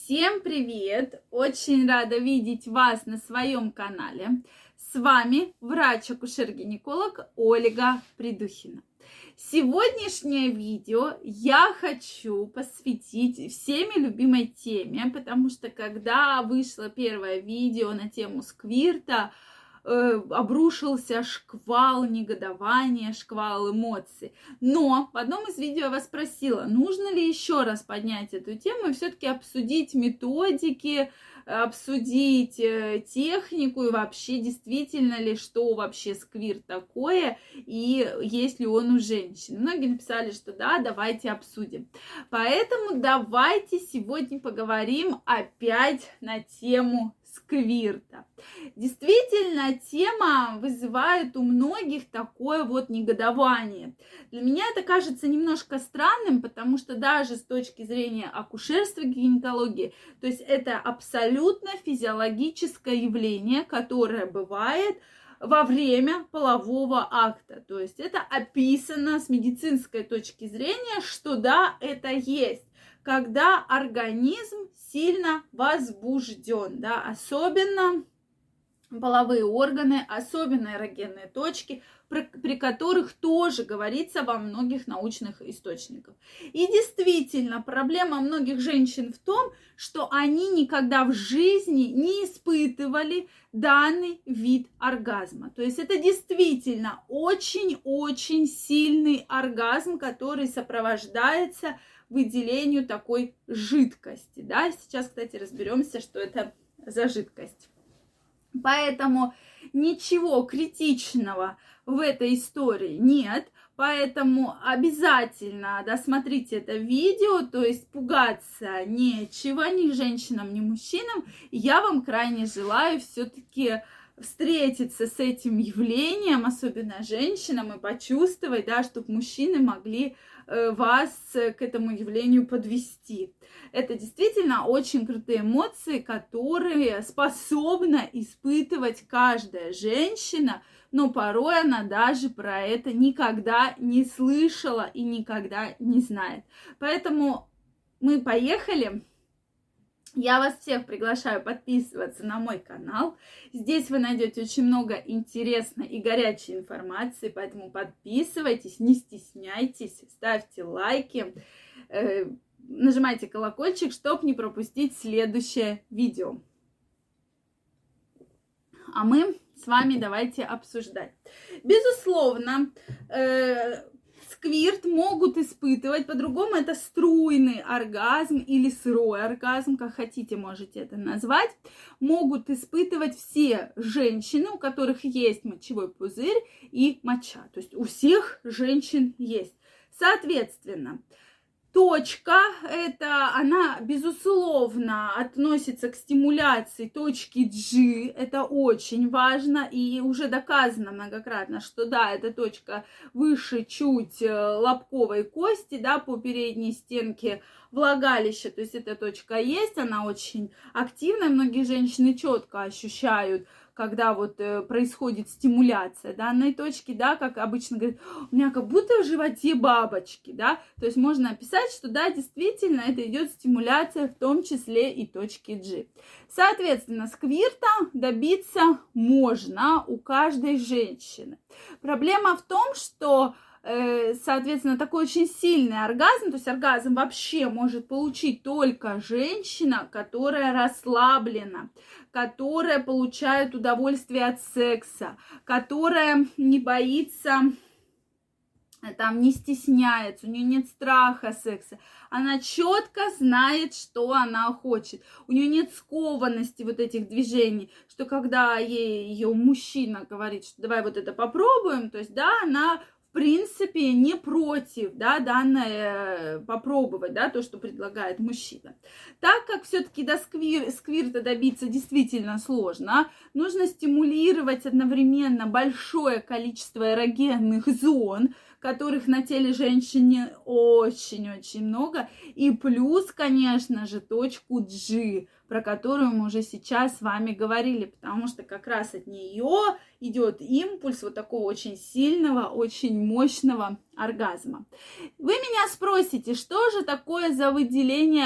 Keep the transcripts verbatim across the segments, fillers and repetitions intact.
Всем привет! Очень рада видеть вас на своем канале. С вами врач-акушер-гинеколог Ольга Придухина. Сегодняшнее видео я хочу посвятить всеми любимой теме, потому что когда вышло первое видео на тему сквирта, обрушился шквал негодования, шквал эмоций. Но в одном из видео я вас спросила, нужно ли еще раз поднять эту тему и все-таки обсудить методики, обсудить технику и вообще действительно ли, что вообще сквирт такое и есть ли он у женщин. Многие написали, что да, давайте обсудим. Поэтому давайте сегодня поговорим опять на тему сквирта. Действительно, тема вызывает у многих такое вот негодование. Для меня это кажется немножко странным, потому что даже с точки зрения акушерства, гинекологии, то есть это абсолютно физиологическое явление, которое бывает во время полового акта. То есть это описано с медицинской точки зрения, что да, это есть, когда организм сильно возбужден, да, особенно половые органы, особенно эрогенные точки, при, при которых тоже говорится во многих научных источниках. И действительно, проблема многих женщин в том, что они никогда в жизни не испытывали данный вид оргазма. То есть это действительно очень-очень сильный оргазм, который сопровождается выделению такой жидкости, да, сейчас, кстати, разберемся, что это за жидкость. Поэтому ничего критичного в этой истории нет, поэтому обязательно досмотрите это видео, то есть пугаться нечего ни женщинам, ни мужчинам. Я вам крайне желаю все-таки встретиться с этим явлением, особенно женщинам, и почувствовать, да, чтобы мужчины могли э, вас к этому явлению подвести. Это действительно очень крутые эмоции, которые способна испытывать каждая женщина, но порой она даже про это никогда не слышала и никогда не знает. Поэтому мы поехали. Я вас всех приглашаю подписываться на мой канал. Здесь вы найдете очень много интересной и горячей информации, поэтому подписывайтесь, не стесняйтесь, ставьте лайки, э, нажимайте колокольчик, чтобы не пропустить следующее видео. А мы с вами давайте обсуждать. Безусловно, э, сквирт могут испытывать, по-другому это струйный оргазм или сырой оргазм, как хотите, можете это назвать, могут испытывать все женщины, у которых есть мочевой пузырь и моча. То есть у всех женщин есть. Соответственно, точка, это она, безусловно, относится к стимуляции точки G, это очень важно, и уже доказано многократно, что да, эта точка выше чуть лобковой кости, да, по передней стенке влагалища, то есть эта точка есть, она очень активная, многие женщины четко ощущают, когда вот э, происходит стимуляция данной точки, да, как обычно говорят, у меня как будто в животе бабочки, да, то есть можно описать, что да, действительно, это идет стимуляция, в том числе и точки G. Соответственно, сквирта добиться можно у каждой женщины. Проблема в том, что соответственно, такой очень сильный оргазм, то есть оргазм вообще может получить только женщина, которая расслаблена, которая получает удовольствие от секса, которая не боится, там, не стесняется, у нее нет страха секса, она четко знает, что она хочет, у нее нет скованности вот этих движений, что когда ей ее мужчина говорит, что давай вот это попробуем, то есть, да, она в принципе не против, да, данное попробовать, да, то, что предлагает мужчина. Так как все-таки до сквир, сквирта добиться действительно сложно, нужно стимулировать одновременно большое количество эрогенных зон, которых на теле женщины очень-очень много, и плюс, конечно же, точку G, про которую мы уже сейчас с вами говорили, потому что как раз от нее идет импульс вот такого очень сильного, очень мощного оргазма. Вы меня спросите, что же такое за выделение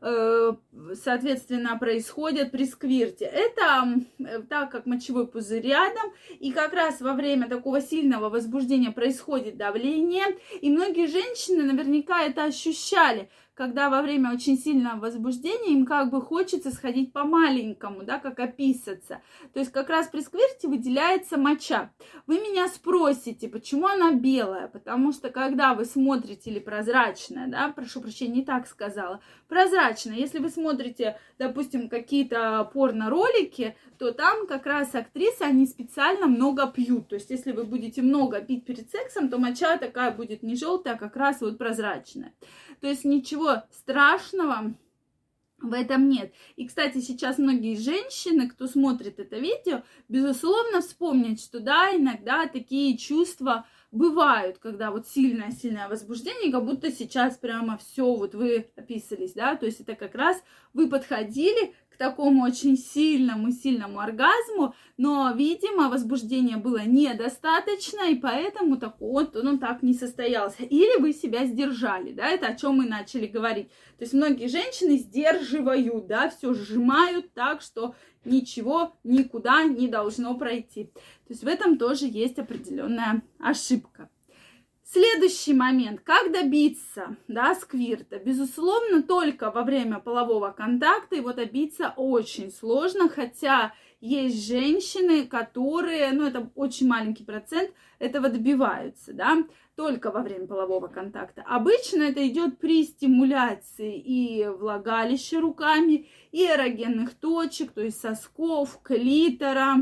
соответственно, происходят при сквирте. Это так как мочевой пузырь рядом, и как раз во время такого сильного возбуждения происходит давление, и многие женщины наверняка это ощущали, когда во время очень сильного возбуждения им как бы хочется сходить по-маленькому, да, как описаться. То есть как раз при сквирте выделяется моча. Вы меня спросите, почему она белая? Потому что когда вы смотрите, или прозрачная, да, прошу прощения, не так сказала, прозрачная, если вы смотрите, допустим, какие-то порно-ролики, то там как раз актрисы, они специально много пьют. То есть если вы будете много пить перед сексом, то моча такая будет не желтая, а как раз вот прозрачная. То есть ничего страшного в этом нет. И, кстати, сейчас многие женщины, кто смотрит это видео, безусловно, вспомнят, что да, иногда такие чувства бывают, когда вот сильное-сильное возбуждение, как будто сейчас прямо все вот вы описались, да, то есть это как раз вы подходили к такому очень сильному, сильному оргазму, но, видимо, возбуждения было недостаточно, и поэтому так вот он так не состоялся. Или вы себя сдержали, да, это о чем мы начали говорить. То есть многие женщины сдерживают, да, все сжимают так, что ничего никуда не должно пройти. То есть в этом тоже есть определенная ошибка. Следующий момент. Как добиться, да, сквирта? Безусловно, только во время полового контакта его добиться очень сложно, хотя есть женщины, которые, ну, это очень маленький процент, этого добиваются, да, только во время полового контакта. Обычно это идет при стимуляции и влагалища руками, и эрогенных точек, то есть сосков, клитора,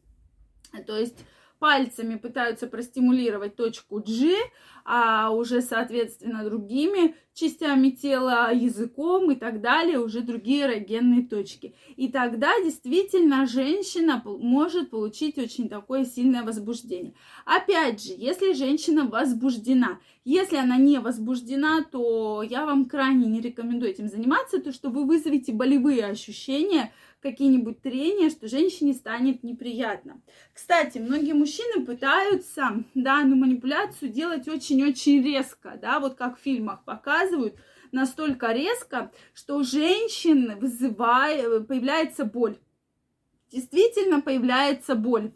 то есть пальцами пытаются простимулировать точку G, а уже, соответственно, другими частями тела, языком и так далее, уже другие эрогенные точки. И тогда действительно женщина может получить очень такое сильное возбуждение. Опять же, если женщина возбуждена, если она не возбуждена, то я вам крайне не рекомендую этим заниматься, то что вы вызовете болевые ощущения, какие-нибудь трения, что женщине станет неприятно. Кстати, многие мужчины пытаются данную манипуляцию делать очень-очень резко, да, вот как в фильмах показывают, настолько резко, что у женщин вызывает, появляется боль. Действительно появляется боль.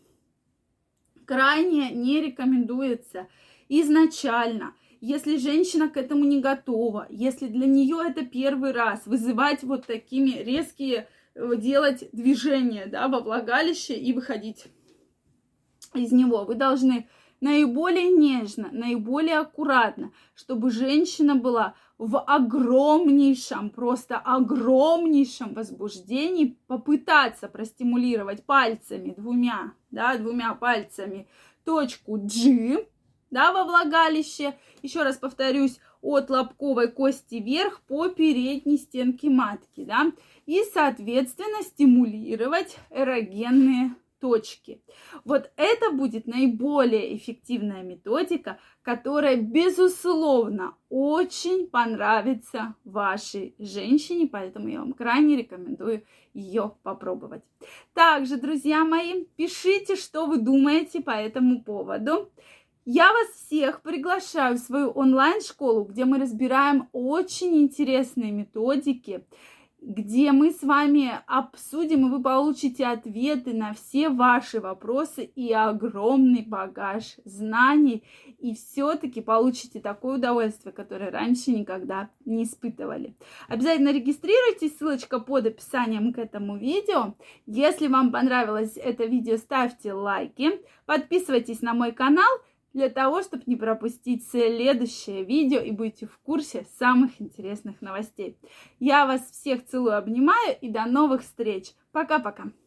Крайне не рекомендуется изначально. Если женщина к этому не готова, если для нее это первый раз, вызывать вот такими резкие делать движение, да, во влагалище и выходить из него. Вы должны наиболее нежно, наиболее аккуратно, чтобы женщина была в огромнейшем, просто огромнейшем возбуждении, попытаться простимулировать пальцами, двумя, да, двумя пальцами точку G, да, во влагалище. Еще раз повторюсь, от лобковой кости вверх по передней стенке матки, да, и, соответственно, стимулировать эрогенные точки. Вот это будет наиболее эффективная методика, которая, безусловно, очень понравится вашей женщине, поэтому я вам крайне рекомендую ее попробовать. Также, друзья мои, пишите, что вы думаете по этому поводу. Я вас всех приглашаю в свою онлайн-школу, где мы разбираем очень интересные методики, где мы с вами обсудим, и вы получите ответы на все ваши вопросы и огромный багаж знаний, и все-таки получите такое удовольствие, которое раньше никогда не испытывали. Обязательно регистрируйтесь, ссылочка под описанием к этому видео. Если вам понравилось это видео, ставьте лайки, подписывайтесь на мой канал, для того, чтобы не пропустить следующее видео и будете в курсе самых интересных новостей. Я вас всех целую, обнимаю и до новых встреч. Пока-пока.